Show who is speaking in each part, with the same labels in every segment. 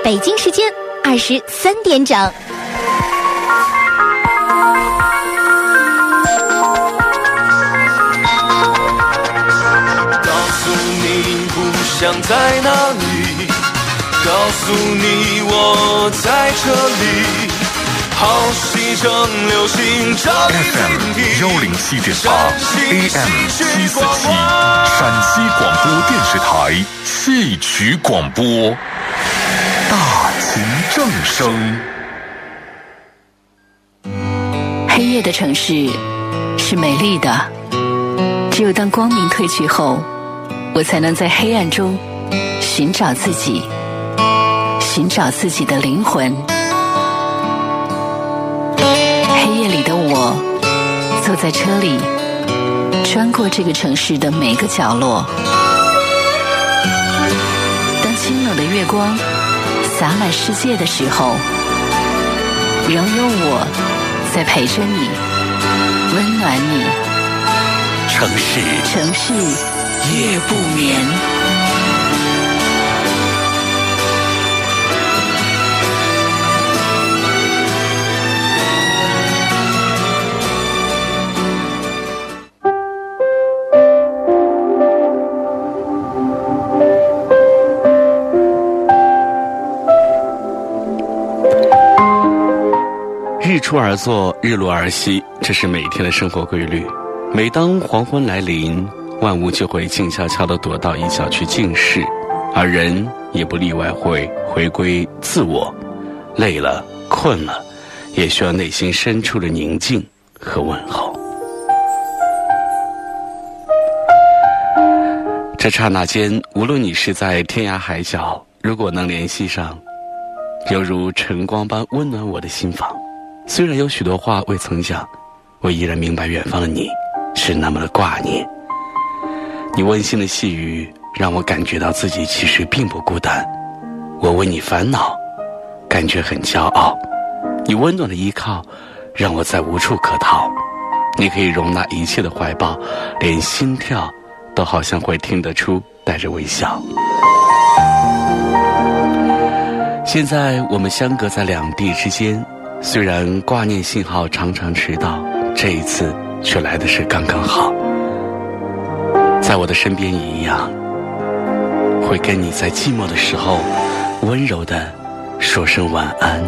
Speaker 1: 北京时间23点整。
Speaker 2: 告诉你故乡在哪里，告诉你我在这里，好戏正流行，照
Speaker 3: FM 107.8 AM 747，陕西广播电视台戏曲广播，大秦正声。
Speaker 4: 黑夜的城市是美丽的，只有当光明褪去后，我才能在黑暗中寻找自己，寻找自己的灵魂。黑夜里的我，坐在车里，穿过这个城市的每个角落。当清冷的月光洒满世界的时候，仍有我在陪着你，温暖你。
Speaker 5: 城市
Speaker 4: 夜不眠。
Speaker 5: 日出而作，日落而息，这是每天的生活规律。每当黄昏来临，万物就会静悄悄地躲到一角去静视，而人也不例外，会回归自我。累了困了，也需要内心深处的宁静和问候。这刹那间，无论你是在天涯海角，如果能联系上，犹如晨光般温暖我的心房。虽然有许多话未曾讲，我依然明白远方的你是那么的挂念。你温馨的细语让我感觉到自己其实并不孤单，我为你烦恼，感觉很骄傲。你温暖的依靠让我在无处可逃，你可以容纳一切的怀抱，连心跳都好像会听得出，带着微笑。现在我们相隔在两地之间，虽然挂念信号常常迟到，这一次却来的是刚刚好。在我的身边也一样，会跟你在寂寞的时候温柔地说声晚安。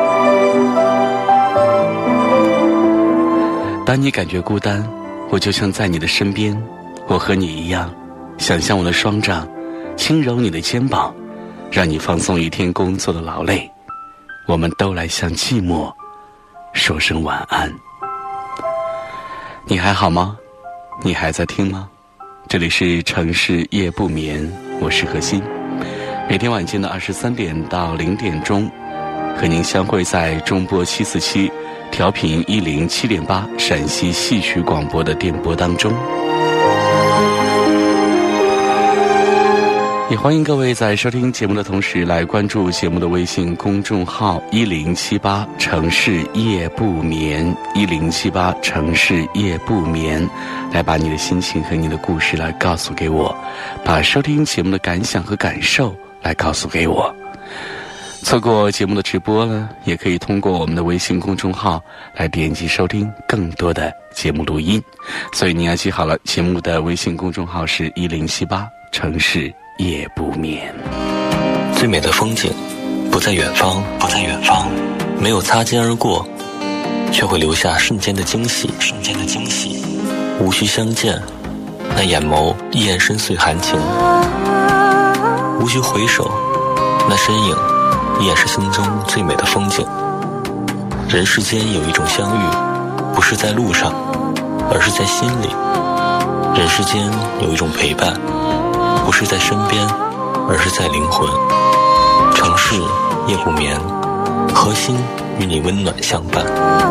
Speaker 5: 当你感觉孤单，我就像在你的身边，我和你一样，想象我的双掌轻揉你的肩膀，让你放松一天工作的劳累。我们都来向寂寞说声晚安。你还好吗？你还在听吗？这里是城市夜不眠，我是何欣。每天晚间的23点到0点钟，和您相会在中波747调频107.8陕西戏曲广播的电波当中。也欢迎各位在收听节目的同时来关注节目的微信公众号1078城市夜不眠，1078城市夜不眠，来把你的心情和你的故事来告诉给我，把收听节目的感想和感受来告诉给我。错过节目的直播呢，也可以通过我们的微信公众号来点击收听更多的节目录音。所以你要记好了，节目的微信公众号是1078城市夜不眠。
Speaker 6: 最美的风景不在远方，没有擦肩而过，却会留下瞬间的惊喜。无需相见，那眼眸依然深邃含情；无需回首，那身影依然是心中最美的风景。人世间有一种相遇，不是在路上，而是在心里；人世间有一种陪伴，不是在身边，而是在灵魂。城市夜不眠，核心与你温暖相伴。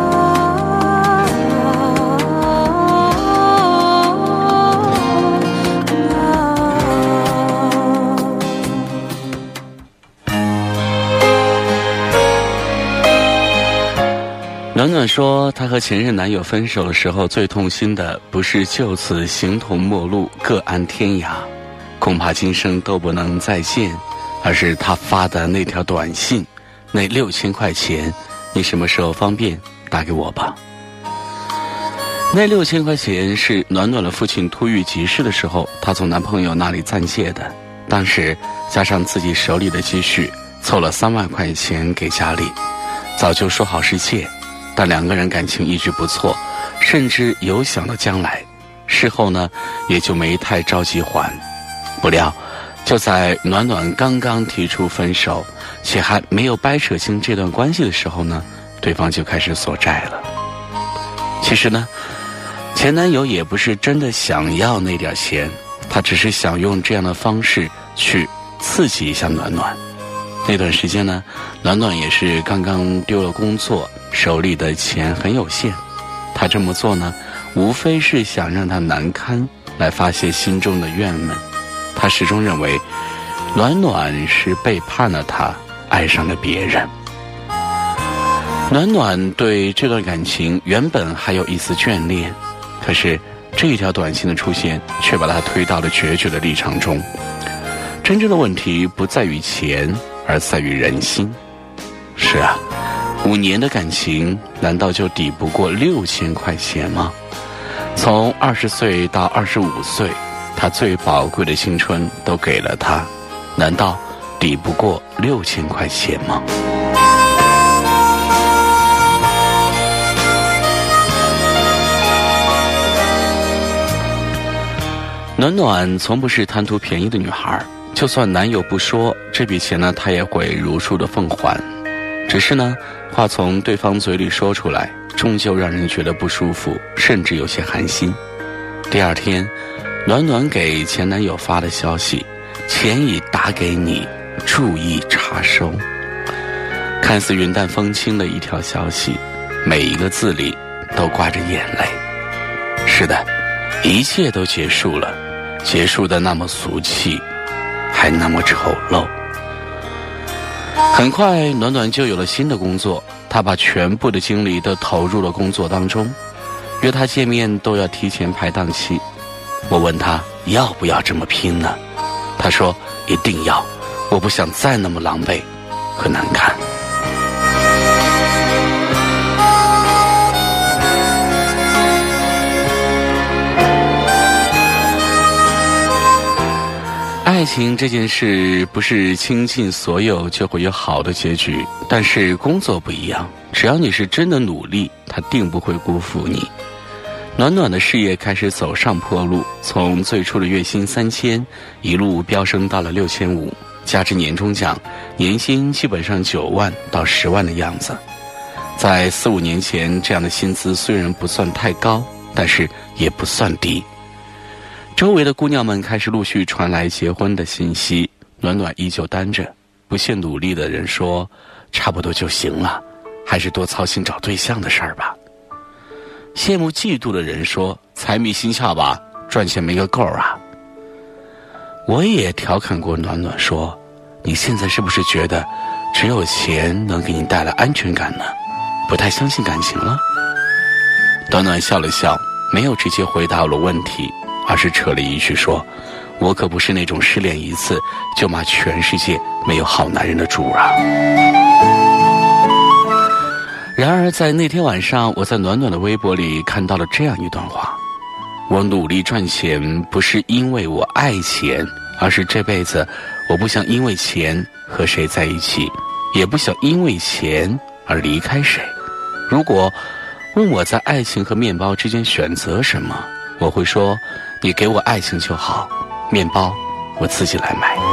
Speaker 5: 暖暖说，她和前任男友分手的时候，最痛心的不是就此形同陌路，各安天涯，恐怕今生都不能再见， 而是他发的那条短信，那6000块钱，你什么时候方便打给我吧。那6000块钱是暖暖的父亲突遇急事的时候，她从男朋友那里暂借的，当时加上自己手里的积蓄，凑了3万块钱给家里，早就说好是借，但2个人感情一直不错，甚至有想到将来，事后呢也就没太着急还。不料就在暖暖刚刚提出分手，且还没有掰扯清这段关系的时候呢，对方就开始索债了。其实呢，前男友也不是真的想要那点钱，他只是想用这样的方式去刺激一下暖暖。那段时间呢，暖暖也是刚刚丢了工作，手里的钱很有限。他这么做呢，无非是想让他难堪，来发泄心中的郁闷。他始终认为暖暖是背叛了他，爱上了别人。暖暖对这段感情原本还有一丝眷恋，可是这一条短信的出现却把他推到了决绝的立场中。真正的问题不在于钱，而在于人心。是啊，5年的感情难道就抵不过6000块钱吗？从20岁到25岁，他最宝贵的青春都给了他，难道抵不过6000块钱吗？暖暖从不是贪图便宜的女孩，就算男友不说，这笔钱呢她也会如数的奉还。只是呢，话从对方嘴里说出来，终究让人觉得不舒服，甚至有些寒心。第2天，暖暖给前男友发的消息，钱已打给你，注意查收。看似云淡风轻的一条消息，每一个字里都挂着眼泪。是的，一切都结束了，结束的那么俗气，还那么丑陋。很快暖暖就有了新的工作，她把全部的精力都投入了工作当中，约她见面都要提前排档期。我问她要不要这么拼呢？她说一定要，我不想再那么狼狈和难看。爱情这件事不是倾尽所有就会有好的结局，但是工作不一样，只要你是真的努力，它定不会辜负你。暖暖的事业开始走上坡路，从最初的月薪3000一路飙升到了6500，加之年终奖，年薪基本上9万到10万的样子。在4、5年前，这样的薪资虽然不算太高，但是也不算低。周围的姑娘们开始陆续传来结婚的信息，暖暖依旧单着。不屑努力的人说差不多就行了，还是多操心找对象的事儿吧。羡慕嫉妒的人说财迷心窍吧，赚钱没个够啊。我也调侃过暖暖说，你现在是不是觉得只有钱能给你带来安全感呢？不太相信感情了？暖暖笑了笑，没有直接回答我的问题，而是扯了一句说，我可不是那种失恋一次就骂全世界没有好男人的主啊。然而在那天晚上，我在暖暖的微博里看到了这样一段话，我努力赚钱不是因为我爱钱，而是这辈子我不想因为钱和谁在一起，也不想因为钱而离开谁。如果问我在爱情和面包之间选择什么，我会说，你给我爱情就好，面包我自己来买。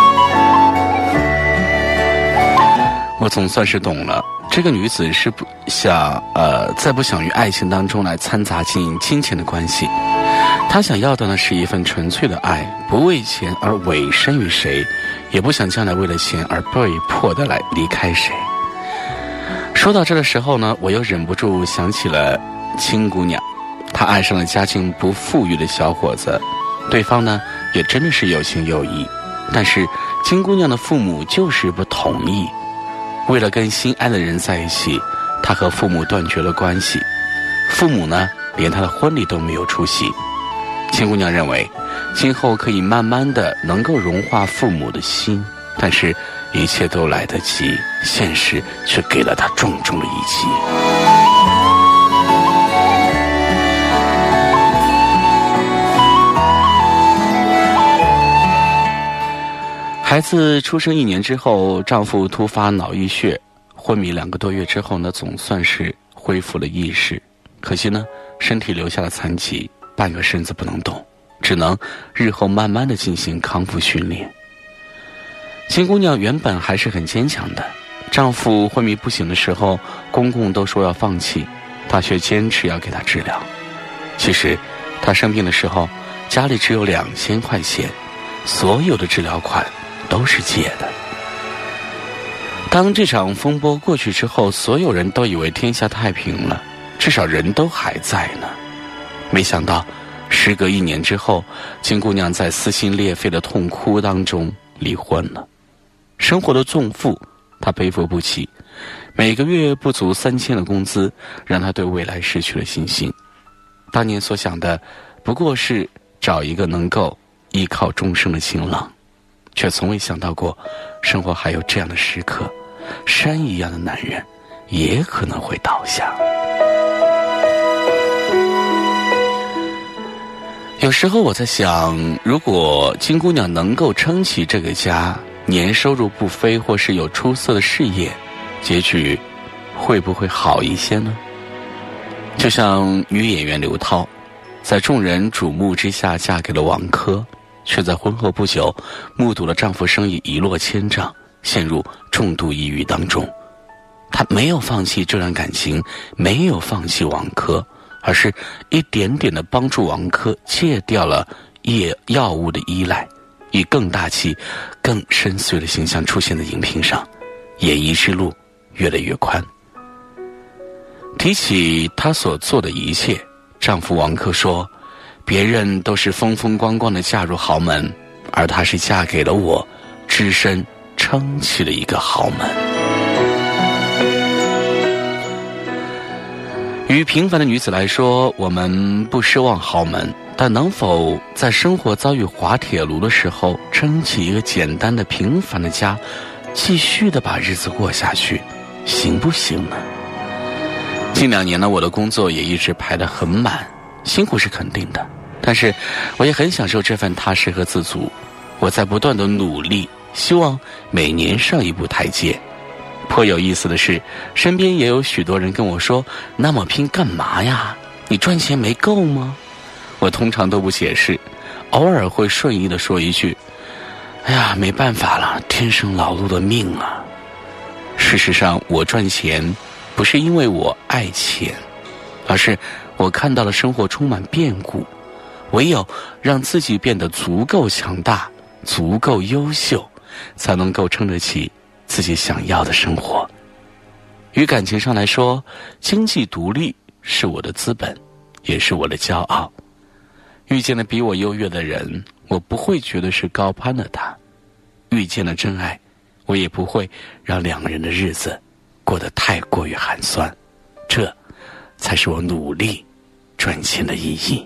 Speaker 5: 我总算是懂了，这个女子是在不想于爱情当中来掺杂进金钱的关系。她想要的呢是一份纯粹的爱，不为钱而委身于谁，也不想将来为了钱而被迫的来离开谁。说到这的时候呢，我又忍不住想起了青姑娘，她爱上了家境不富裕的小伙子，对方呢也真的是有情有义，但是青姑娘的父母就是不同意。为了跟心爱的人在一起，她和父母断绝了关系，父母呢连她的婚礼都没有出席。青姑娘认为今后可以慢慢的能够融化父母的心， 但是一切都来得及，现实却给了他重重的一击。孩子出生1年之后，丈夫突发脑溢血，昏迷2个多月之后呢，总算是恢复了意识。可惜呢，身体留下了残疾，半个身子不能动，只能日后慢慢的进行康复训练。金姑娘原本还是很坚强的，丈夫昏迷不醒的时候，公公都说要放弃，她却坚持要给他治疗。其实她生病的时候，家里只有2000块钱，所有的治疗款都是借的。当这场风波过去之后，所有人都以为天下太平了，至少人都还在呢。没想到时隔1年之后，金姑娘在撕心裂肺的痛哭当中离婚了。生活的重负她背负不起，每个月不足3000的工资让她对未来失去了信心。当年所想的不过是找一个能够依靠终生的情郎，却从未想到过生活还有这样的时刻，山一样的男人也可能会倒下。有时候我在想，如果金姑娘能够撑起这个家，年收入不菲，或是有出色的事业，结局会不会好一些呢？就像女演员刘涛，在众人瞩目之下嫁给了王珂，却在婚后不久目睹了丈夫生意一落千丈，陷入重度抑郁当中。她没有放弃这段感情，没有放弃王珂，而是一点点地帮助王珂戒掉了药物的依赖，以更大气更深邃的形象出现在荧屏上，演艺之路越来越宽。提起她所做的一切，丈夫王珂说，别人都是风风光光的嫁入豪门，而她是嫁给了我，只身撑起了一个豪门。与平凡的女子来说，我们不奢望豪门，但能否在生活遭遇滑铁卢的时候，撑起一个简单的平凡的家，继续的把日子过下去，行不行呢？近2年呢，我的工作也一直排得很满，辛苦是肯定的，但是我也很享受这份踏实和自足。我在不断的努力，希望每年上一步台阶。颇有意思的是，身边也有许多人跟我说，那么拼干嘛呀？你赚钱没够吗？我通常都不解释，偶尔会顺意的说一句，哎呀，没办法了，天生劳碌的命啊。事实上，我赚钱不是因为我爱钱，而是我看到了生活充满变故，唯有让自己变得足够强大，足够优秀，才能够撑得起自己想要的生活。与感情上来说，经济独立是我的资本，也是我的骄傲。遇见了比我优越的人，我不会觉得是高攀了他；遇见了真爱，我也不会让2个人的日子过得太过于寒酸。这才是我努力赚钱的意义。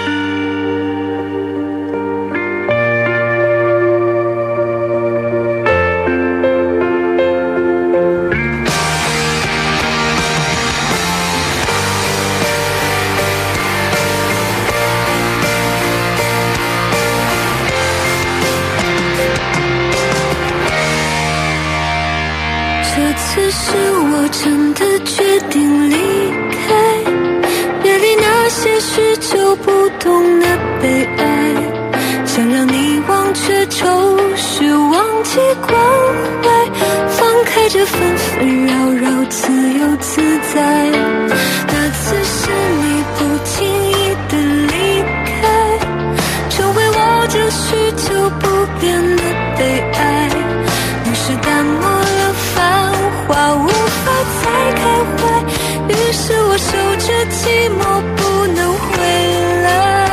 Speaker 7: 这次是我真的决定离开，别理那些许久不懂的悲哀，想让你忘却愁绪，忘记关怀，放开这纷纷扰扰，自由自在。那次是你不经意的离开，成为我这许久不变的悲哀，于是淡漠了繁华，无法再开怀，于是我守着寂寞不能回来。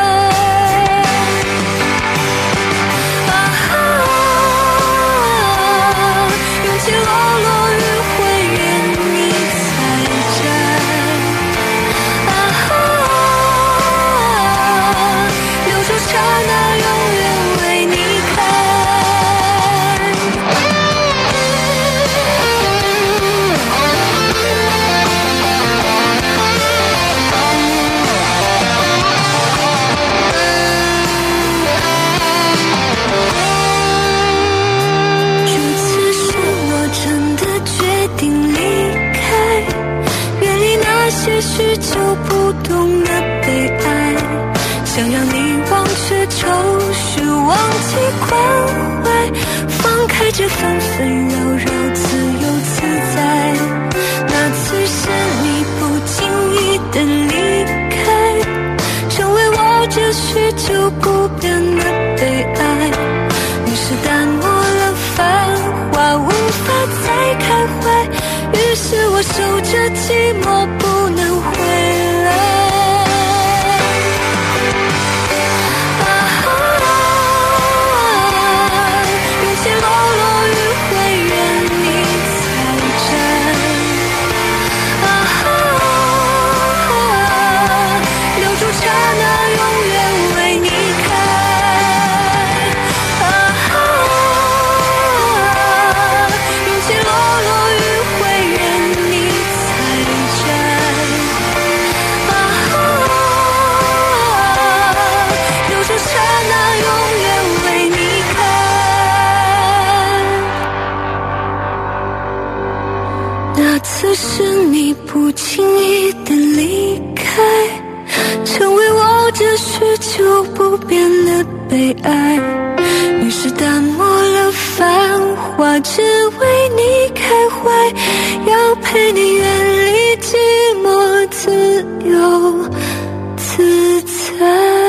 Speaker 7: 勇气落落余晖，愿你采摘。 想让你忘却就是忘记关怀，放开这纷纷扰扰，自由自在。那次是你不经意的离开，成为我这许久不变的悲哀。于是淡漠了繁华，无法再开怀，于是我守着寂寞不能回来。此时你不经意的离开，成为我这许久不变的悲哀。于是淡漠了繁华，只为你开怀，要陪你远离寂寞，自由自在。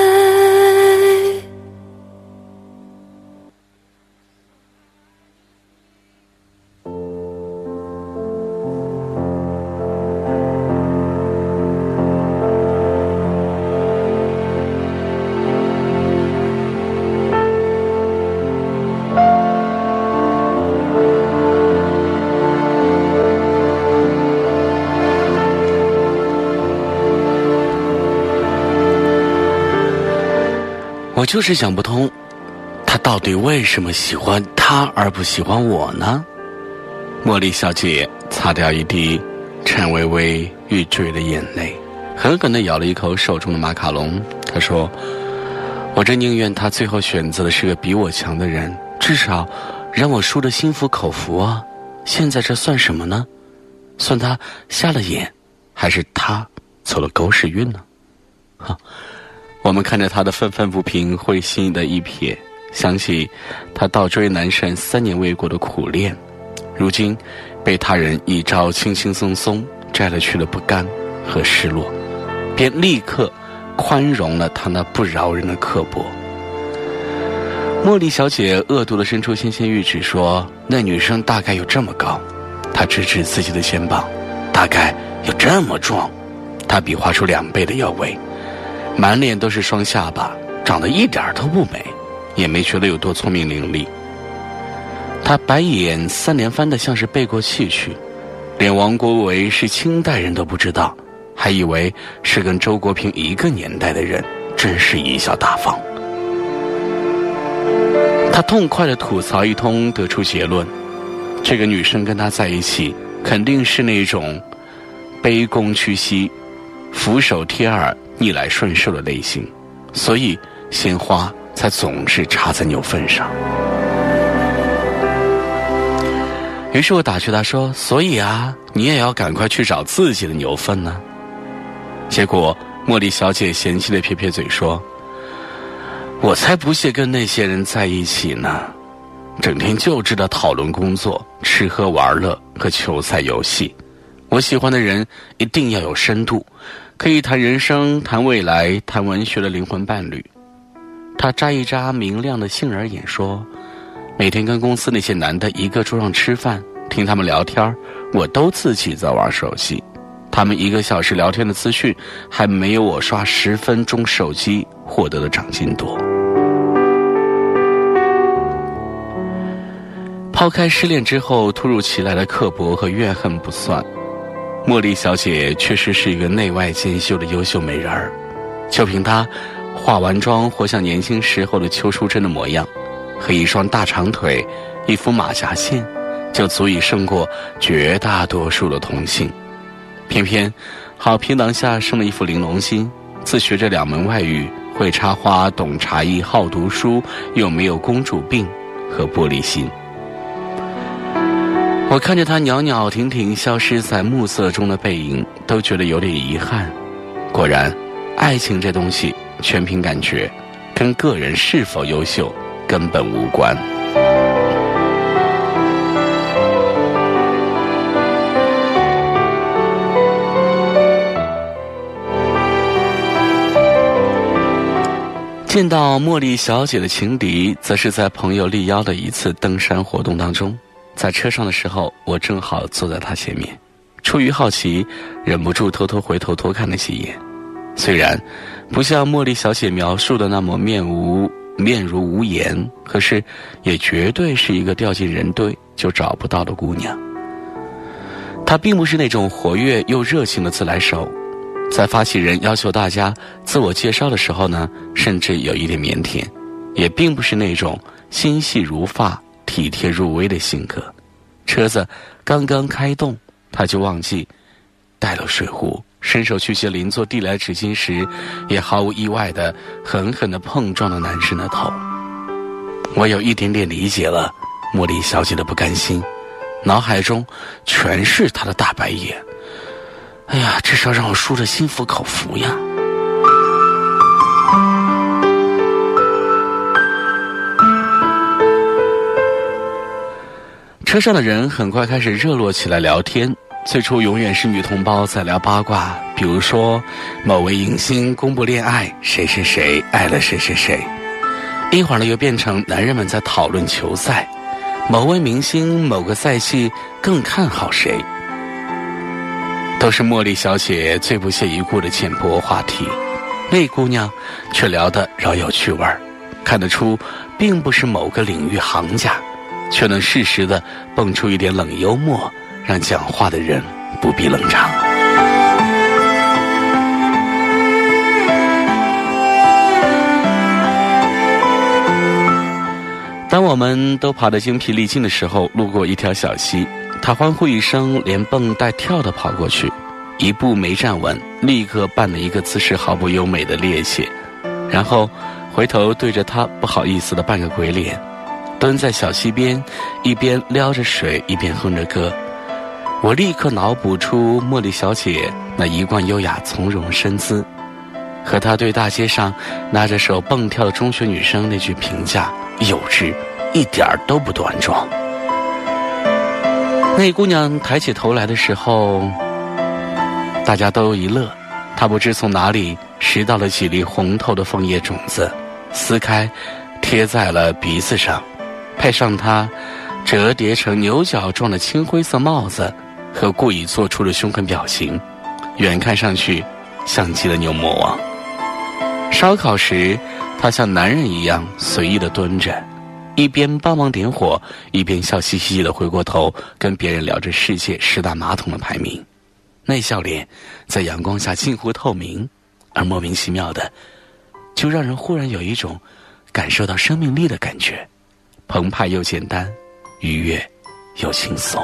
Speaker 5: 我就是想不通，他到底为什么喜欢他而不喜欢我呢？茉莉小姐擦掉一滴颤巍巍欲坠的眼泪，狠狠地咬了一口手中的马卡龙。她说，我真宁愿他最后选择的是个比我强的人，至少让我输得心服口服啊。现在这算什么呢？算他瞎了眼，还是他走了狗屎运呢？我们看着他的愤愤不平，会心的一瞥，想起他倒追南山3年未过的苦恋，如今被他人一招轻轻松松摘了去的不甘和失落，便立刻宽容了他那不饶人的刻薄。茉莉小姐恶毒地伸出纤纤玉指说，那女生大概有这么高，她指指自己的肩膀，大概有这么壮，她比划出2倍的腰围，满脸都是双下巴，长得一点都不美，也没觉得有多聪明伶俐。他白眼3连翻的像是背过气去，连王国维是清代人都不知道，还以为是跟周国平一个年代的人，真是贻笑大方。他痛快地吐槽一通，得出结论，这个女生跟他在一起肯定是那种卑躬屈膝、俯首帖耳、逆来顺受的类型，所以鲜花才总是插在牛粪上。于是我打趣他说，所以啊，你也要赶快去找自己的牛粪呢。结果茉莉小姐嫌弃地撇撇嘴说，我才不屑跟那些人在一起呢，整天就知道讨论工作、吃喝玩乐和球赛游戏。我喜欢的人一定要有深度，可以谈人生、谈未来、谈文学的灵魂伴侣。他眨一眨明亮的杏仁眼说，每天跟公司那些男的一个桌上吃饭，听他们聊天，我都自己在玩手机，他们1个小时聊天的资讯还没有我刷10分钟手机获得的奖金多。抛开失恋之后突如其来的刻薄和怨恨不算，茉莉小姐确实是一个内外兼修的优秀美人儿，就凭她化完妆活像年轻时候的邱淑贞的模样，和一双大长腿、一副马甲线，就足以胜过绝大多数的同性。偏偏好皮囊下生了一副玲珑心，自学着2门外语，会插花、懂茶艺、好读书，又没有公主病和玻璃心。我看着他袅袅婷婷消失在暮色中的背影，都觉得有点遗憾。果然，爱情这东西全凭感觉，跟个人是否优秀根本无关。见到茉莉小姐的情敌，则是在朋友力邀的一次登山活动当中，在车上的时候，我正好坐在她前面，出于好奇，忍不住偷偷回头偷看了几眼。虽然不像茉莉小姐描述的那么面如无言，可是也绝对是一个掉进人堆就找不到的姑娘。她并不是那种活跃又热情的自来熟，在发起人要求大家自我介绍的时候呢，甚至有一点腼腆，也并不是那种心细如发、体贴入微的性格。车子刚刚开动，他就忘记带了水壶，伸手去接邻座递来纸巾时，也毫无意外地狠狠地碰撞了男生的头。我有一点点理解了茉莉小姐的不甘心，脑海中全是她的大白眼。哎呀，至少让我输得心服口服呀。车上的人很快开始热络起来聊天，最初永远是女同胞在聊八卦，比如说某位影星公布恋爱，谁谁谁爱了谁谁谁。一会儿呢又变成男人们在讨论球赛，某位明星某个赛季更看好谁。都是茉莉小姐最不屑一顾的浅薄话题，那姑娘却聊得饶有趣味，看得出并不是某个领域行家，却能适时地蹦出一点冷幽默，让讲话的人不必冷场。当我们都跑得精疲力尽的时候，路过一条小溪，他欢呼一声，连蹦带跳地跑过去，一步没站稳，立刻扮了一个姿势毫不优美的趔趄，然后回头对着他不好意思地扮个鬼脸，蹲在小溪边，一边撩着水一边哼着歌。我立刻脑补出茉莉小姐那一贯优雅从容身姿，和她对大街上拿着手蹦跳的中学女生那句评价幼稚，一点儿都不端庄。那姑娘抬起头来的时候，大家都一乐，她不知从哪里拾到了几粒红透的枫叶种子，撕开贴在了鼻子上，配上她折叠成牛角状的青灰色帽子和故意做出的凶狠表情，远看上去像极了牛魔王。烧烤时，她像男人一样随意地蹲着，一边帮忙点火，一边笑嘻嘻地回过头跟别人聊着世界10大马桶的排名。那笑脸在阳光下近乎透明，而莫名其妙的就让人忽然有一种感受到生命力的感觉，澎湃又简单，愉悦又轻松。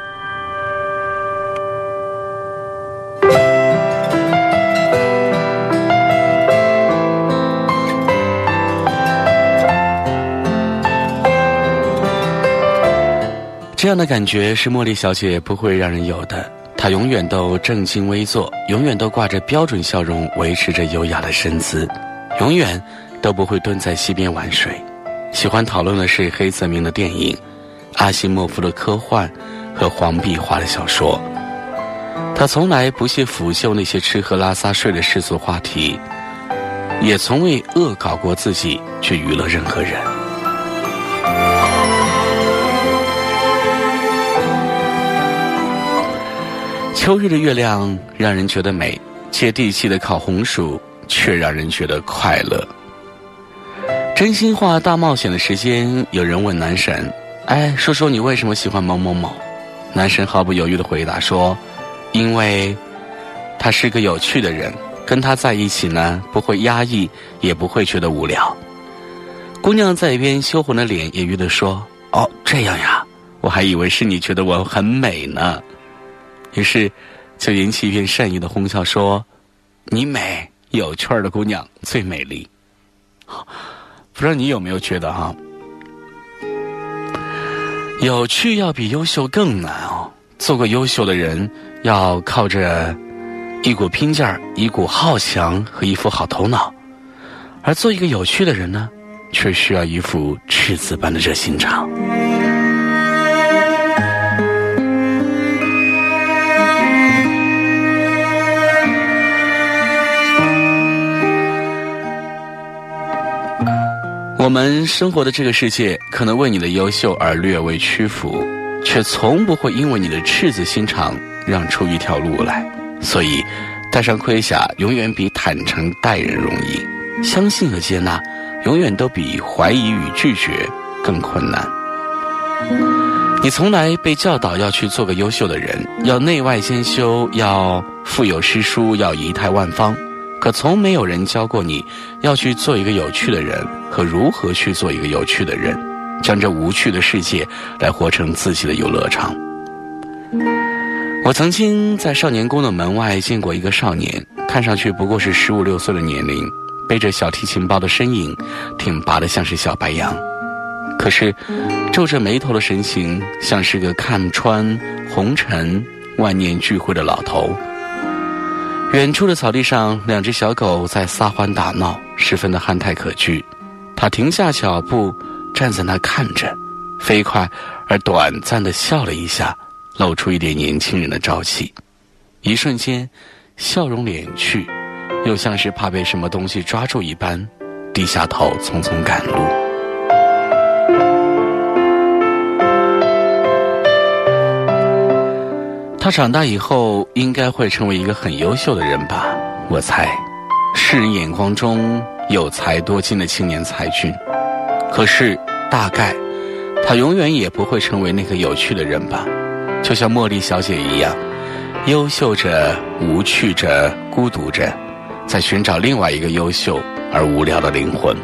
Speaker 5: 这样的感觉是茉莉小姐不会让人有的，她永远都正襟危坐，永远都挂着标准笑容，维持着优雅的身姿，永远都不会蹲在溪边玩水。喜欢讨论的是黑泽明的电影、阿西莫夫的科幻和黄碧华的小说。她从来不屑腐朽那些吃喝拉撒睡的世俗话题，也从未恶搞过自己去娱乐任何人。秋日的月亮让人觉得美，接地气的烤红薯却让人觉得快乐。真心话大冒险的时间，有人问男神，说说你为什么喜欢某某某。男神毫不犹豫地回答说，因为他是个有趣的人，跟他在一起呢，不会压抑，也不会觉得无聊。姑娘在一边羞红的脸揶揄地说，哦，这样呀，我还以为是你觉得我很美呢。于是就引起一片善意的哄笑，说，你美，有趣儿的姑娘最美丽。不知道你有没有觉得有趣要比优秀更难哦。做个优秀的人，要靠着一股拼劲儿，一股好强和一副好头脑。 而做一个有趣的人呢，却需要一副赤子般的热心肠。我们生活的这个世界可能为你的优秀而略微屈服，却从不会因为你的赤子心肠让出一条路来。所以戴上盔甲永远比坦诚待人容易，相信和接纳永远都比怀疑与拒绝更困难。你从来被教导要去做个优秀的人，要内外兼修，要腹有诗书，要仪态万方，可从没有人教过你要去做一个有趣的人和如何去做一个有趣的人，将这无趣的世界来活成自己的游乐场。我曾经在少年宫的门外见过一个少年，看上去不过是15、16岁的年龄，背着小提琴包的身影挺拔的像是小白杨，可是皱着眉头的神情像是个看穿红尘万念俱灰的老头。远处的草地上，2只小狗在撒欢打闹，十分的憨态可掬。他停下脚步，站在那看着，飞快而短暂地笑了一下，露出一点年轻人的朝气。一瞬间，笑容敛去，又像是怕被什么东西抓住一般，低下头匆匆赶路。他长大以后应该会成为一个很优秀的人吧，我猜。世人眼光中有才多金的青年才俊，可是大概他永远也不会成为那个有趣的人吧，就像茉莉小姐一样，优秀着，无趣着，孤独着，在寻找另外一个优秀而无聊的灵魂。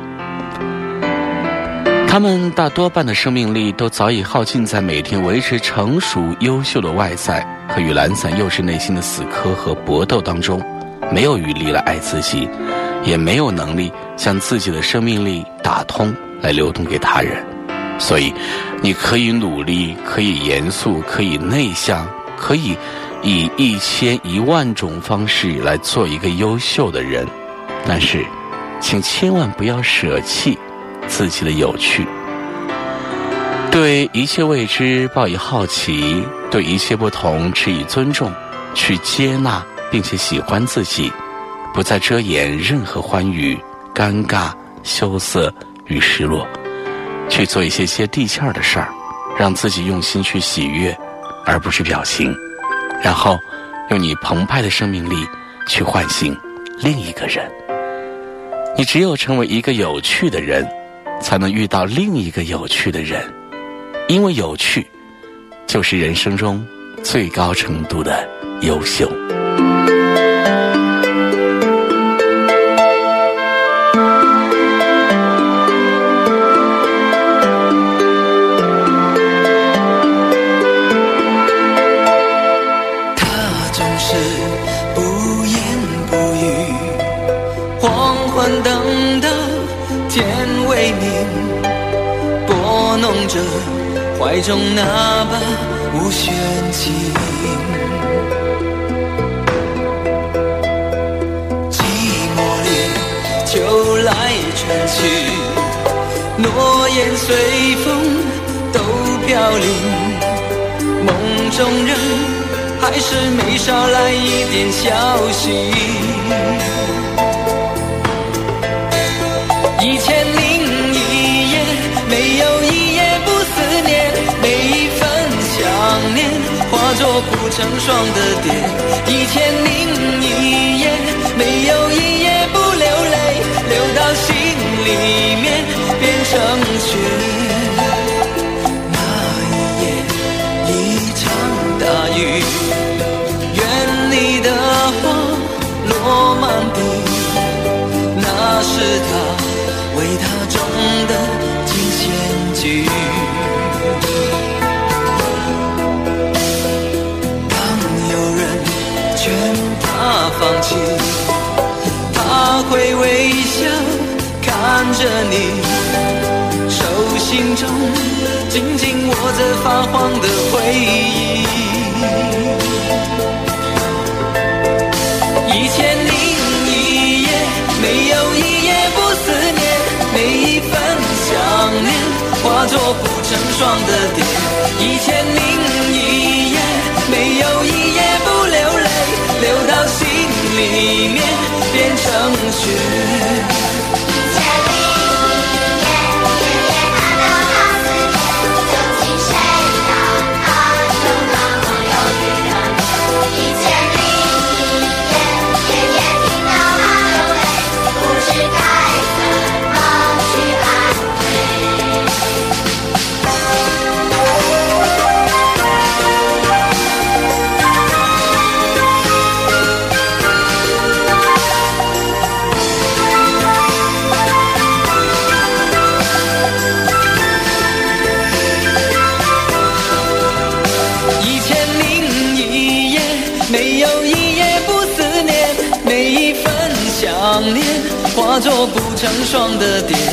Speaker 5: 他们大多半的生命力都早已耗尽在每天维持成熟优秀的外在和与懒散幼稚内心的死磕和搏斗当中，没有余力来爱自己，也没有能力将自己的生命力打通来流动给他人。所以你可以努力，可以严肃，可以内向，可以以1000、10000种方式来做一个优秀的人，但是请千万不要舍弃自己的有趣。对一切未知抱以好奇，对一切不同持以尊重，去接纳并且喜欢自己，不再遮掩任何欢愉、尴尬、羞涩与失落，去做一些接地气儿的事儿，让自己用心去喜悦，而不是表情，然后用你澎湃的生命力去唤醒另一个人。你只有成为一个有趣的人，才能遇到另一个有趣的人，因为有趣就是人生中最高程度的优秀。
Speaker 2: 怀中那把无弦琴，寂寞里就来春去，诺言随风都飘零，梦中人还是没少来一点消息。1001夜，没有一夜不思念，每一份想念化作不成双的蝶。1001夜，没有一夜不流泪，流到心里面变成雪。那一夜一场大雨，愿你的花落满地，那是他为他种的金线菊。当有人劝他放弃，他会微笑看着你，手心中紧紧握着发黄的回忆。1001夜，没有一夜不思霜的点，1001夜，没有一夜不流泪，流到心里面变成雪。化作不成双的蝶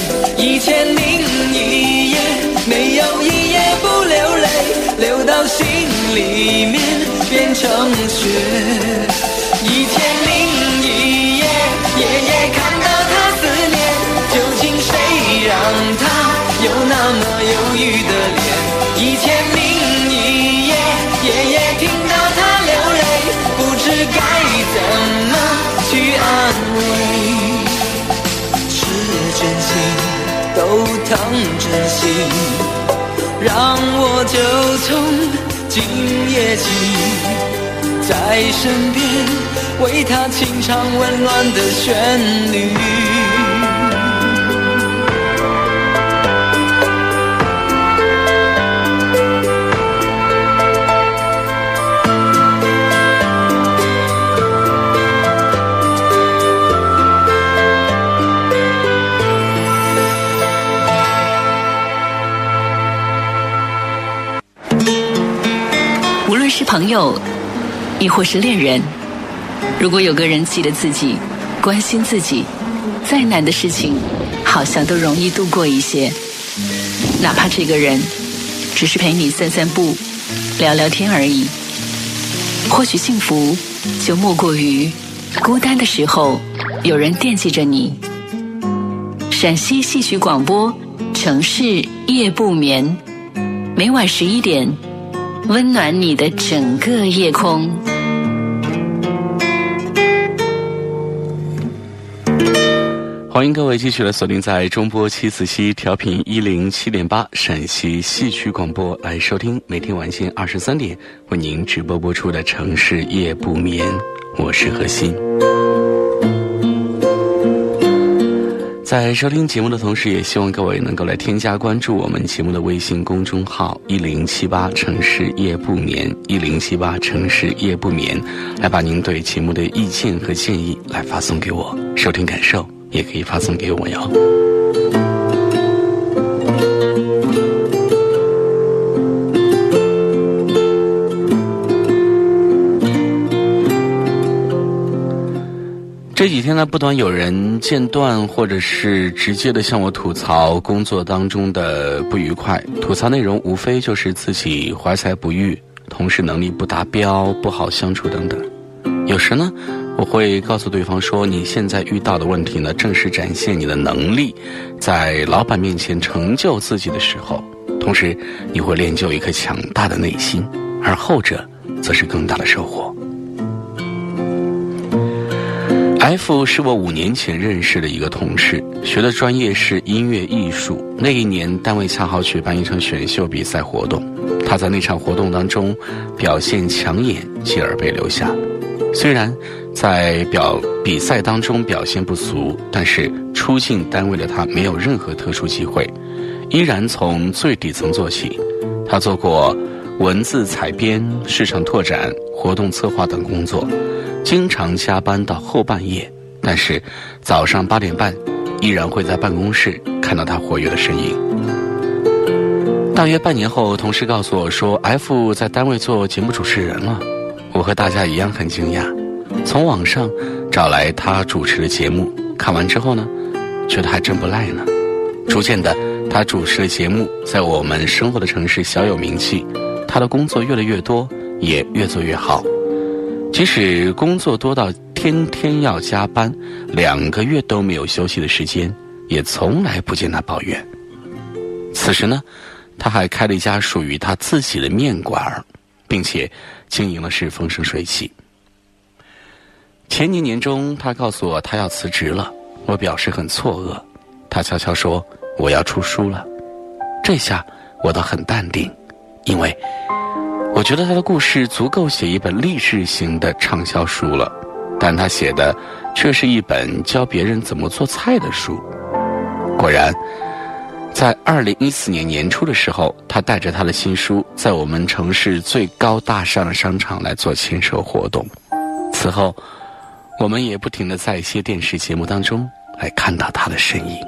Speaker 2: ，1001夜，没有一夜不流泪，流到心里面变成雪。1001夜，夜夜看到他思念，究竟谁让他有那么忧郁的脸？1001夜，夜夜听到他流泪，不知该怎么去安慰。真心都疼真心，让我就从今夜起，在身边为他轻唱温暖的旋律。
Speaker 4: 是朋友亦或是恋人，如果有个人记得自己，关心自己，再难的事情好像都容易度过一些。哪怕这个人只是陪你散散步，聊聊天而已。或许幸福就莫过于孤单的时候有人惦记着你。陕西戏曲广播，城市夜不眠，每晚11点，温暖你的整个夜空。
Speaker 5: 欢迎各位继续来锁定在中波七子溪调频107.8陕西戏曲广播，来收听每天晚间23点为您直播播出的城市夜不眠，我是何欣。在收听节目的同时，也希望各位能够来添加关注我们节目的微信公众号1078城市夜不眠，1078城市夜不眠，来把您对节目的意见和建议来发送给我，收听感受也可以发送给我哟。这几天呢，不断有人间断或者是直接的向我吐槽工作当中的不愉快，吐槽内容无非就是自己怀才不遇，同事能力不达标，不好相处等等。有时呢，我会告诉对方说，你现在遇到的问题呢，正是展现你的能力，在老板面前成就自己的时候，同时你会练就一颗强大的内心，而后者则是更大的收获。F 是我5年前认识的一个同事，学的专业是音乐艺术。那一年单位恰好举办一场选秀比赛活动，他在那场活动当中表现抢眼，继而被留下。虽然在比赛当中表现不俗，但是初进单位的他没有任何特殊机会，依然从最底层做起。他做过文字采编、市场拓展、活动策划等工作，经常加班到后半夜，但是早上8点半依然会在办公室看到他活跃的身影。大约半年后，同事告诉我说 F 在单位做节目主持人了。我和大家一样很惊讶，从网上找来他主持的节目，看完之后呢，觉得还真不赖呢。逐渐的，他主持的节目在我们生活的城市小有名气，他的工作越来越多，也越做越好。即使工作多到天天要加班，2个月都没有休息的时间，也从来不见他抱怨。此时呢， 他还开了一家属于他自己的面馆，并且经营的是风生水起。前年年中，他告诉我他要辞职了，我表示很错愕。他悄悄说我要出书了，这下我倒很淡定，因为我觉得他的故事足够写一本励志型的畅销书了，但他写的却是一本教别人怎么做菜的书。果然在2014年年初的时候，他带着他的新书在我们城市最高大上的商场来做签售活动。此后我们也不停地在一些电视节目当中来看到他的身影。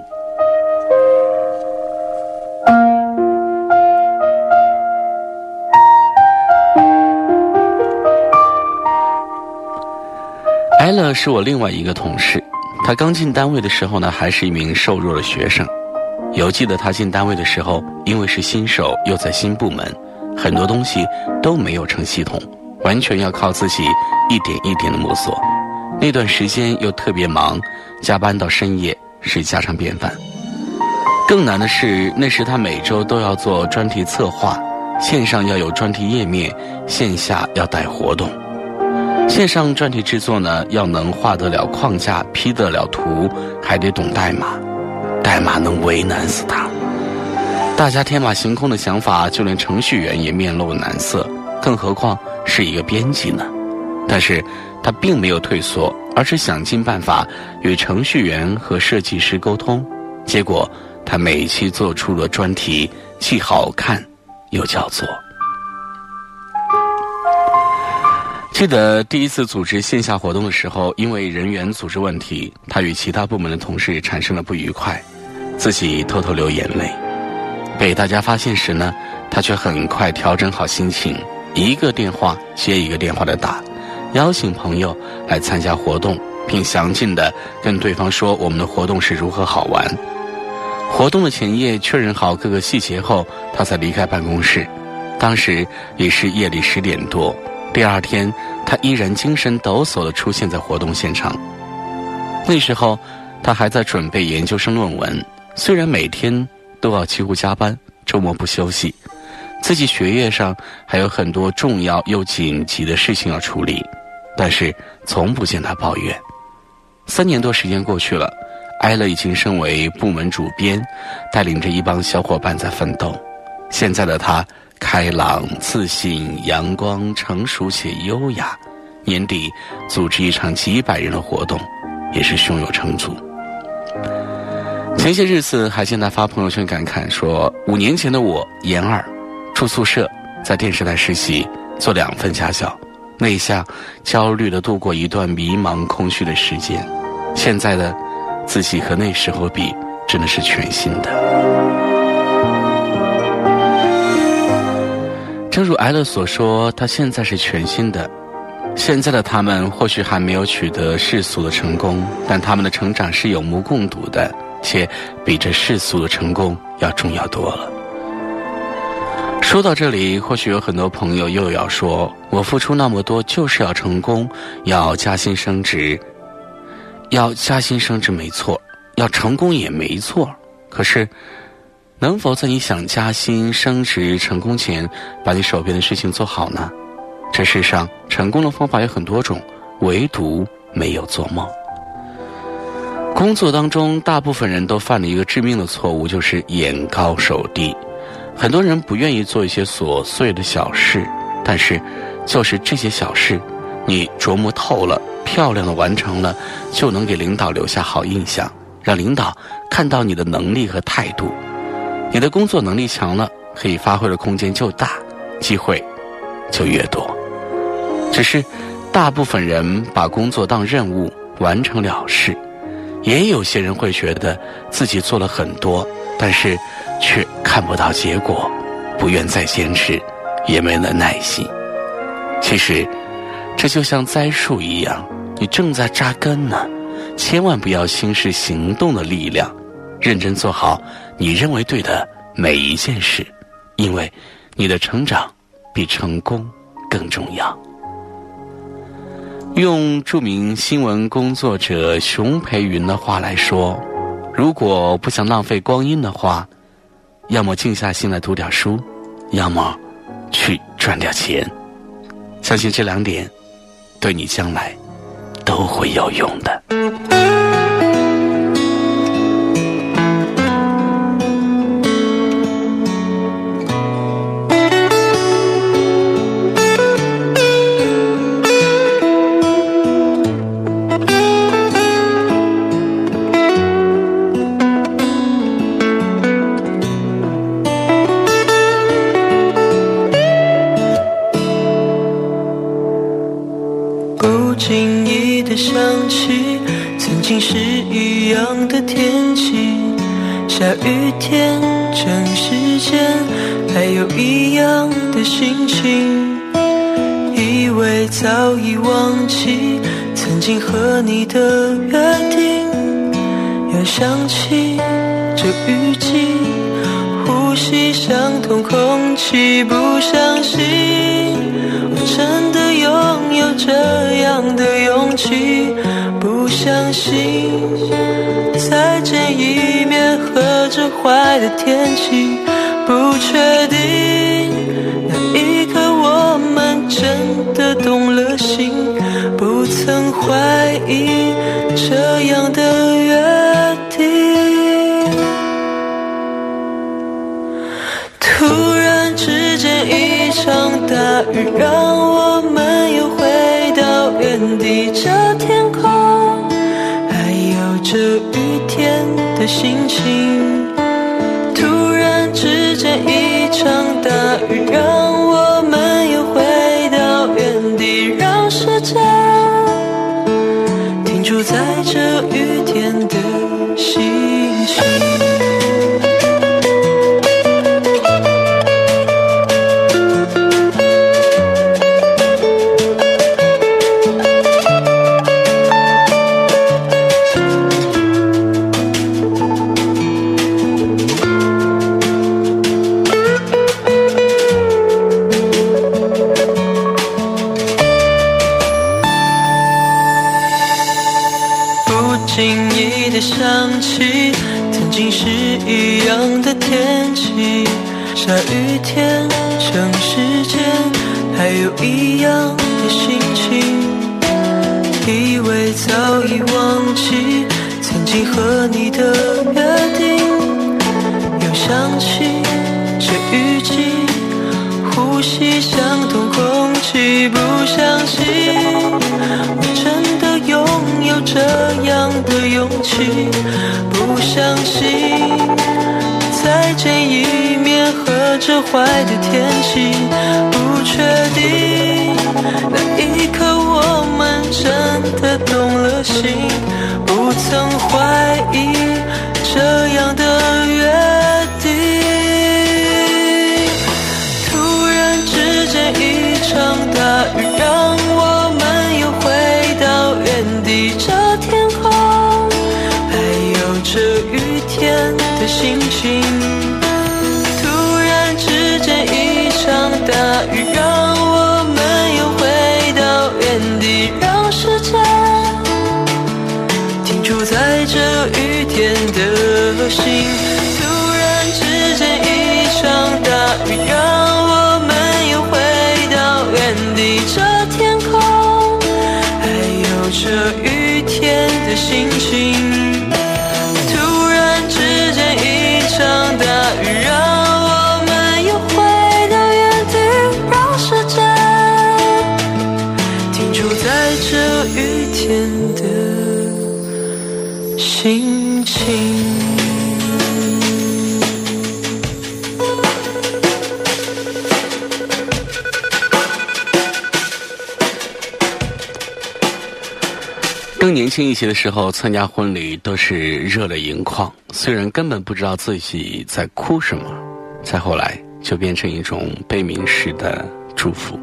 Speaker 5: 艾乐是我另外一个同事，他刚进单位的时候呢，还是一名瘦弱的学生。犹记得他进单位的时候，因为是新手又在新部门，很多东西都没有成系统，完全要靠自己一点一点的摸索。那段时间又特别忙，加班到深夜是家常便饭。更难的是，那时他每周都要做专题策划，线上要有专题页面，线下要带活动。线上专题制作呢，要能画得了框架，批得了图，还得懂代码，代码能为难死他。大家天马行空的想法，就连程序员也面露难色，更何况是一个编辑呢？但是他并没有退缩，而是想尽办法与程序员和设计师沟通。结果他每期做出的专题既好看又叫座。记得第一次组织线下活动的时候，因为人员组织问题，他与其他部门的同事产生了不愉快，自己偷偷流眼泪。被大家发现时呢，他却很快调整好心情，一个电话接一个电话的打，邀请朋友来参加活动，并详尽地跟对方说我们的活动是如何好玩。活动的前夜确认好各个细节后，他才离开办公室。当时已是夜里10点多，第二天他依然精神抖擞地出现在活动现场。那时候他还在准备研究生论文，虽然每天都要几乎加班，周末不休息，自己学业上还有很多重要又紧急的事情要处理，但是从不见他抱怨。3年多时间过去了，艾乐已经升为部门主编，带领着一帮小伙伴在奋斗。现在的他开朗、自信、阳光、成熟且优雅，年底组织一场几百人的活动，也是胸有成竹。前些日子还见他发朋友圈感慨说，5年前的我研二，住宿舍，在电视台实习，做2份家教，内向焦虑地度过一段迷茫空虚的时间。现在的自己和那时候比，真的是全新的。正如艾乐所说，他现在是全新的。现在的他们或许还没有取得世俗的成功，但他们的成长是有目共睹的，且比这世俗的成功要重要多了。说到这里，或许有很多朋友又要说，我付出那么多就是要成功，要加薪升职。要加薪升职没错，要成功也没错，可是能否在你想加薪升职成功前，把你手边的事情做好呢？这世上成功的方法有很多种，唯独没有做梦。工作当中大部分人都犯了一个致命的错误，就是眼高手低。很多人不愿意做一些琐碎的小事，但是就是这些小事你琢磨透了，漂亮的完成了，就能给领导留下好印象，让领导看到你的能力和态度。你的工作能力强了，可以发挥的空间就大，机会就越多。只是大部分人把工作当任务，完成了事。也有些人会觉得自己做了很多，但是却看不到结果，不愿再坚持，也没了耐心。其实这就像栽树一样，你正在扎根呢，千万不要轻视行动的力量，认真做好你认为对的每一件事，因为你的成长比成功更重要。用著名新闻工作者熊培云的话来说，如果不想浪费光阴的话， 要么静下心来读点书，要么去赚点钱。相信这2点对你将来都会有用的。
Speaker 2: 轻易的想起曾经是一样的天气，下雨天整时间还有一样的心情，以为早已忘记曾经和你的约定，又想起这雨季呼吸相同空气，不相信我真的拥有这样的勇气，不相信再见一面和着坏的天气，不确定那一刻我们真的动了心，不曾怀疑这样的约定。突然之间一场大雨，让我们又回到原地，这天空还有这雨天的心情。突然之间一场大雨，让我们又回到原地，让时间停驻在这雨天的心情。轻易的想起曾经是一样的天气，下雨天省时间还有一样的心情，以为早已忘记曾经和你的约定，又想起这雨季呼吸相同空气，不相信我真的拥有这样的勇气，不相信再见一面和着坏的天气，不确定那一刻我们真的动了心，不曾怀疑这样的约定。突然之间一场大雨，让我们又回到原地，这天空还有这雨天的心情。突然之间一场大雨，让我们又回到原地，让时间停驻在这雨天的心。突然之间一场大雨，让我们又回到原地，这天空还有这雨天的心情。突然之间一场大雨，让我们又回到原地，让时间停驻在这雨天的心情。
Speaker 5: 更年轻一些的时候，参加婚礼都是热泪盈眶，虽然根本不知道自己在哭什么，再后来就变成一种悲鸣式的祝福。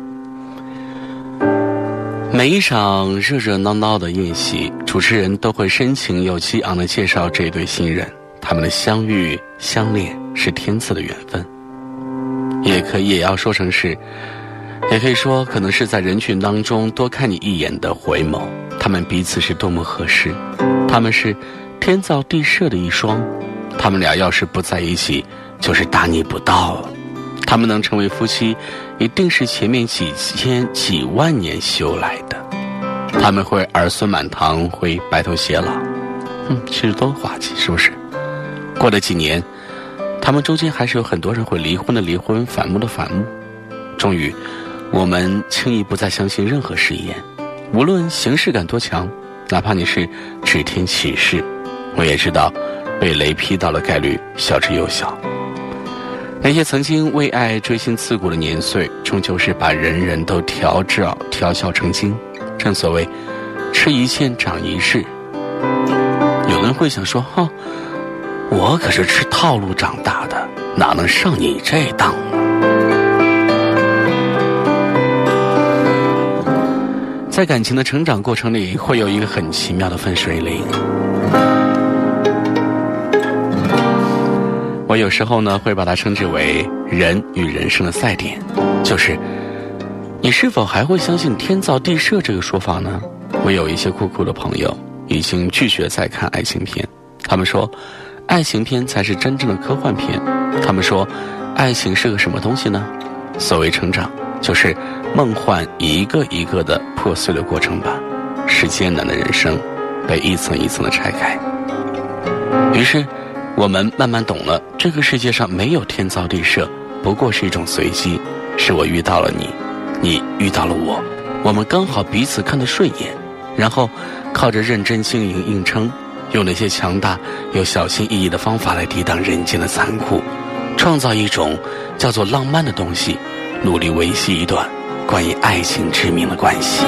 Speaker 5: 每一场热热闹闹的宴席，主持人都会深情又激昂地介绍这对新人，他们的相遇相恋是天赐的缘分，也要说成是，也可以说可能是在人群当中多看你一眼的回眸。他们彼此是多么合适，他们是天造地设的一双，他们俩要是不在一起， 就是大逆不道。他们能成为夫妻，一定是前面几千几万年修来的。他们会儿孙满堂，会白头偕老，其实多滑稽，是不是？过了几年，他们中间还是有很多人会离婚的离婚，反目的反目。终于，我们轻易不再相信任何誓言，无论形式感多强，哪怕你是指天起誓，我也知道被雷劈到的概率小之又小。那些曾经为爱锥心刺骨的年岁，终究是把人人都调笑成精。正所谓吃一堑长一智。有人会想说，我可是吃套路长大的，哪能上你这当呢？在感情的成长过程里，会有一个很奇妙的分水岭。我有时候呢，会把它称之为人与人生的赛点，就是你是否还会相信天造地设这个说法呢？我有一些酷酷的朋友已经拒绝再看爱情片，他们说爱情片才是真正的科幻片。他们说爱情是个什么东西呢？所谓成长，就是梦幻一个一个的破碎的过程吧，是艰难的人生被一层一层的拆开。于是我们慢慢懂了，这个世界上没有天造地设，不过是一种随机，是我遇到了你，你遇到了我，我们刚好彼此看得顺眼，然后靠着认真经营硬撑，用那些强大又小心翼翼的方法来抵挡人间的残酷，创造一种叫做浪漫的东西，努力维系一段关于爱情之名的关系。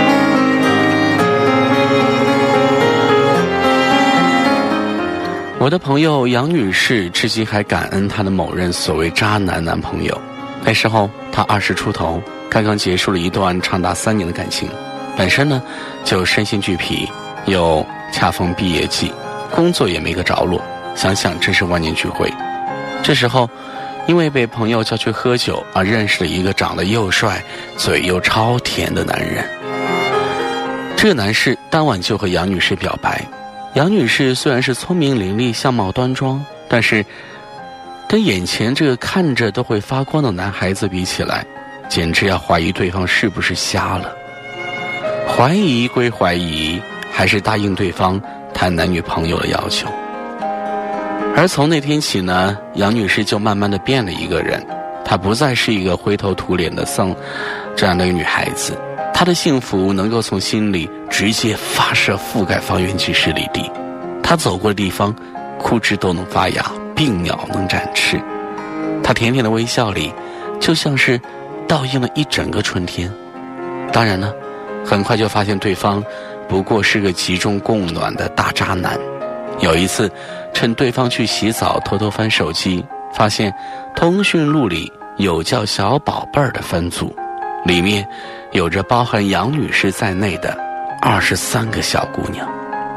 Speaker 5: 我的朋友杨女士至今还感恩她的某任所谓渣男男朋友。那时候她20出头，刚刚结束了一段长达3年的感情，本身呢就身心俱疲，又恰逢毕业季，工作也没个着落，想想真是万念俱灰。这时候因为被朋友叫去喝酒而认识了一个长得又帅嘴又超甜的男人。这个男士当晚就和杨女士表白。杨女士虽然是聪明伶俐相貌端庄，但是跟眼前这个看着都会发光的男孩子比起来，简直要怀疑对方是不是瞎了。怀疑归怀疑，还是答应对方谈男女朋友的要求。而从那天起呢，杨女士就慢慢的变了一个人，她不再是一个灰头土脸的这样的一个女孩子，她的幸福能够从心里直接发射，覆盖方圆几十里地。她走过的地方，枯枝都能发芽，病鸟能展翅。她甜甜的微笑里，就像是倒映了一整个春天。当然呢，很快就发现对方不过是个集中供暖的大渣男。有一次趁对方去洗澡，偷偷翻手机，发现通讯录里有叫小宝贝儿的分组，里面有着包含杨女士在内的23个小姑娘。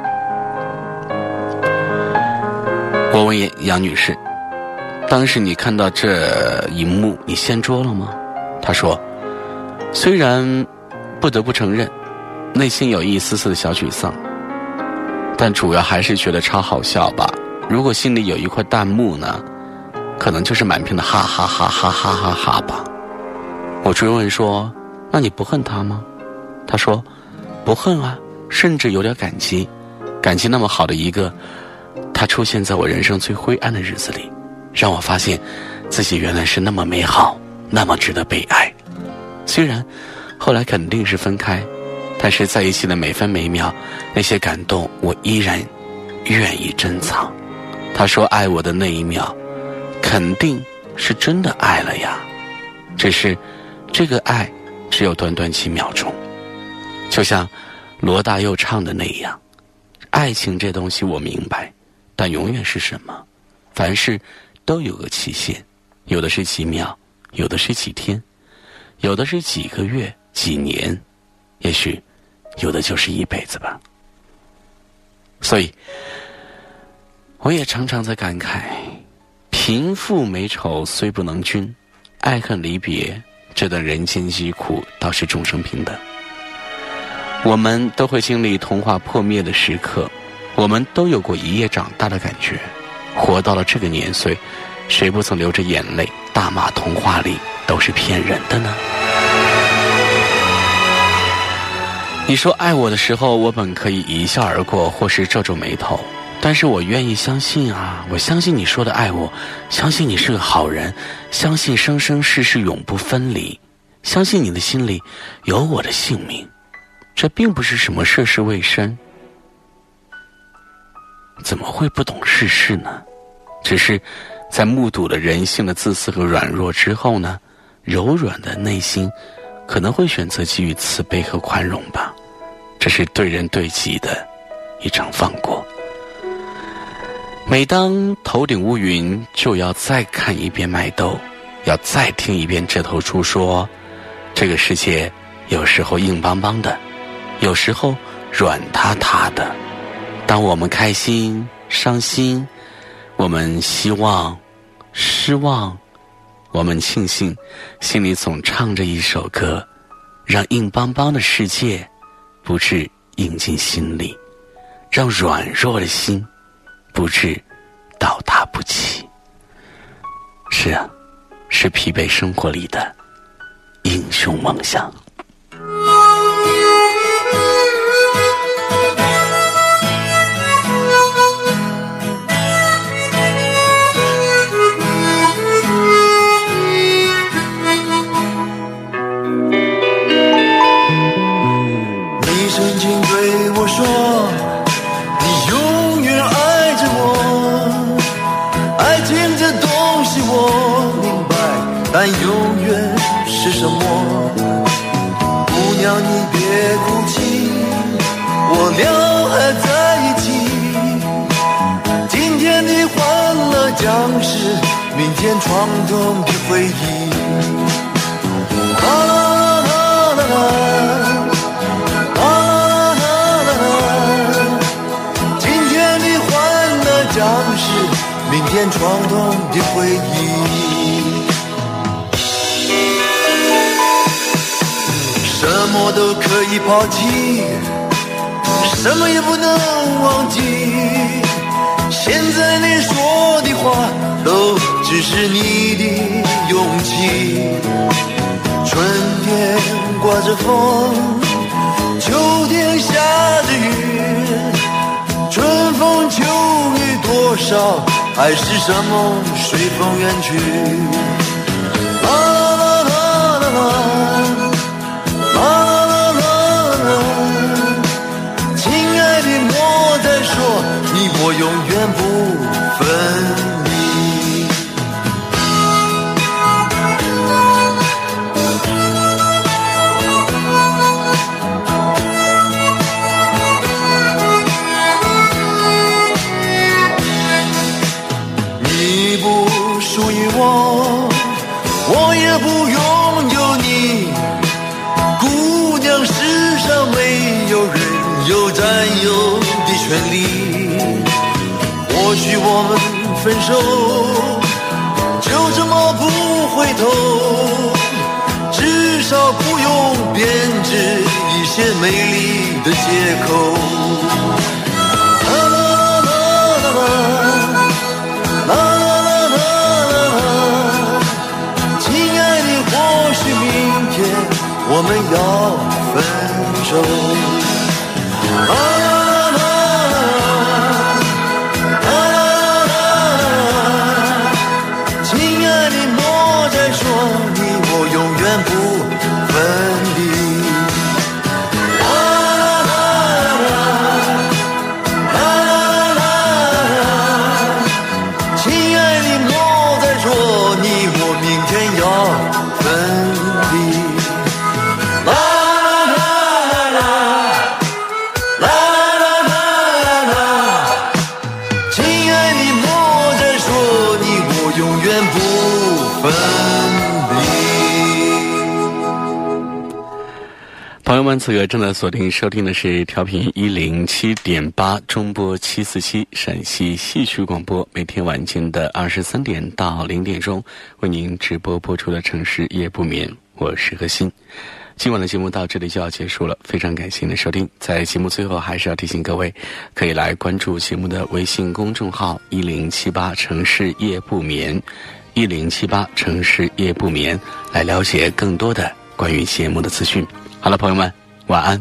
Speaker 5: 我问杨女士，当时你看到这一幕，你掀桌了吗？她说，虽然不得不承认内心有一丝丝的小沮丧，但主要还是觉得超好笑吧。如果心里有一块弹幕呢，可能就是满屏的哈哈哈哈哈哈哈吧。我追问说，那你不恨他吗？他说，不恨啊，甚至有点感激，感激那么好的一个他出现在我人生最灰暗的日子里，让我发现自己原来是那么美好，那么值得被爱。虽然后来肯定是分开，但是在一起的每分每秒，那些感动我依然愿意珍藏。他说爱我的那一秒，肯定是真的爱了呀，只是这个爱只有短短几秒钟。就像罗大佑唱的那样，爱情这东西我明白，但永远是什么？凡事都有个期限，有的是几秒，有的是几天，有的是几个月、几年，也许有的就是一辈子吧。所以我也常常在感慨，贫富美丑虽不能均，爱恨离别这段人间疾苦倒是众生平等。我们都会经历童话破灭的时刻，我们都有过一夜长大的感觉。活到了这个年岁， 谁不曾流着眼泪大骂童话里都是骗人的呢？你说爱我的时候，我本可以一笑而过，或是皱皱眉头，但是我愿意相信啊，我相信你说的爱我，相信你是个好人，相信生生世世永不分离，相信你的心里有我的姓名。这并不是什么涉世未深，怎么会不懂世事呢？只是在目睹了人性的自私和软弱之后呢，柔软的内心可能会选择给予慈悲和宽容吧。这是对人对己的一场放过。每当头顶乌云，就要再看一遍麦兜，要再听一遍这头猪说，这个世界有时候硬邦邦的，有时候软塌塌的。当我们开心、伤心，我们希望、失望，我们庆幸，心里总唱着一首歌，让硬邦邦的世界不致硬进心里，让软弱的心不致倒塌不起。是啊，是疲惫生活里的英雄梦想。
Speaker 8: 但永远是什么？姑娘你别哭泣，我俩还在一起。今天的欢乐将是明天床头的回忆。啦啦啦啦啦啦啦，今天的欢乐将是明天床头的回忆。什么都可以抛弃，什么也不能忘记。现在你说的话都只是你的勇气。春天刮着风，秋天下着雨，春风秋雨多少，还是什么随风远去。啦啦啦啦啦，你我永远不分离。你不属于我，我也不拥有你。姑娘，世上没有人有占有的权利。或许我们分手，就这么不回头，至少不用编织一些美丽的借口。啦啦啦啦啦，啦啦啦啦，亲爱的，或许明天我们要分手。啦
Speaker 5: 朋友们，此刻正在锁定收听的是调频107.8中波747陕西戏曲广播，每天晚间的23点到0点钟为您直播播出的城市夜不眠。 我是何欣。今晚的节目到这里就要结束了，非常感谢您的收听。在节目最后还是要提醒各位，可以来关注节目的微信公众号1078城市夜不眠，1078城市夜不眠，来了解更多的关于节目的资讯。好了，朋友们，晚安。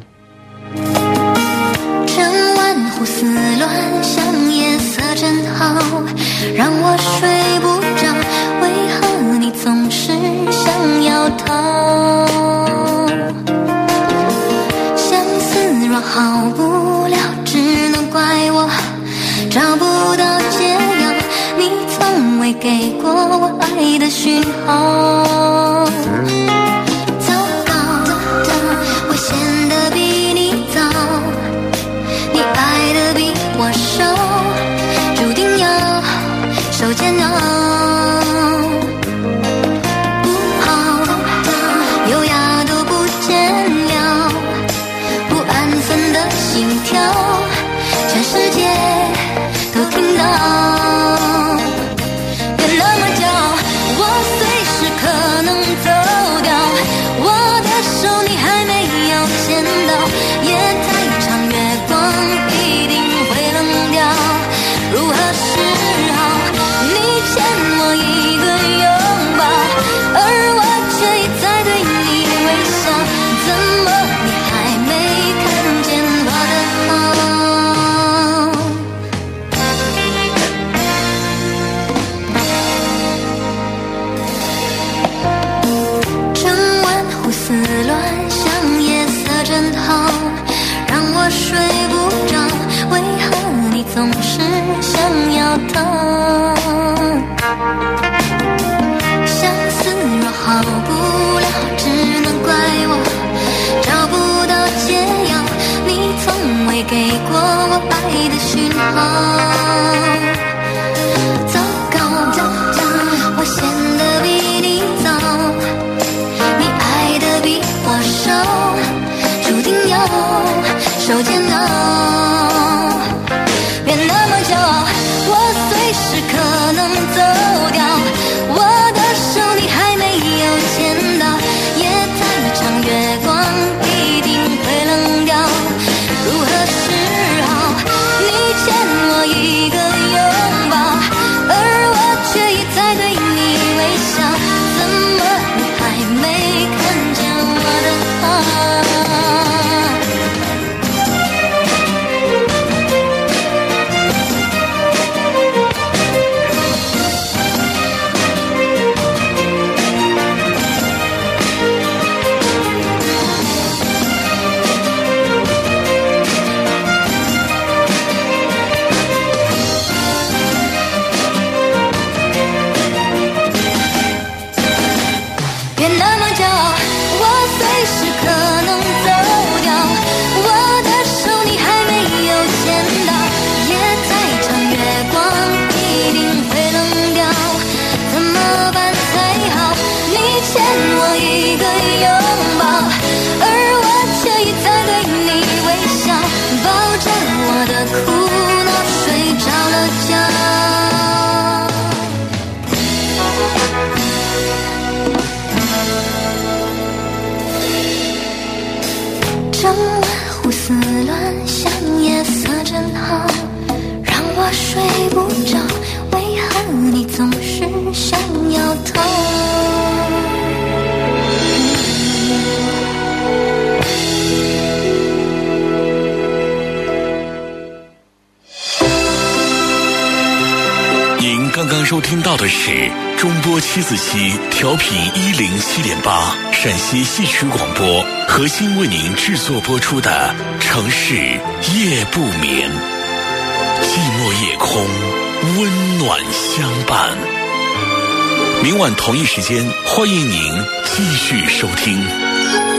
Speaker 7: 整晚胡思乱想，夜色真好，让我睡不着，为何你总是想要逃？相思若好不了，只能怪我找不到解药，你从未给过我爱的讯号。糟糕，我陷得比你早，你爱得比我熟，注定要受煎熬。全世界都听到，别那么骄傲，我随时可能走掉，我的手你还没有牵到，夜太长，月光一定会冷掉，如何是好？你欠我一个拥抱，而我却一再对你微笑，怎么你还没看见我的好？睡不着，为何你总是想要逃？相思若好不了，只能怪我找不到解药，你从未给过我爱的讯号。糟糕，我陷得比你早，你爱得比我熟，注定要受煎熬，别那么骄傲，我随时可能走掉，我的手你还没有牵到，夜太长，月光一定会冷掉，如何是好？你欠我一个拥抱，而我却一再对你微笑，怎么你还没看见我的好？整晚胡思乱想，夜色真好，让我睡不着，为何你总是想要逃？
Speaker 3: 您刚刚收听到的是中波7四7调频107.8陕西戏曲广播，核心为您制作播出的城市夜不眠，寂寞夜空，温暖相伴。明晚同一时间，欢迎您继续收听。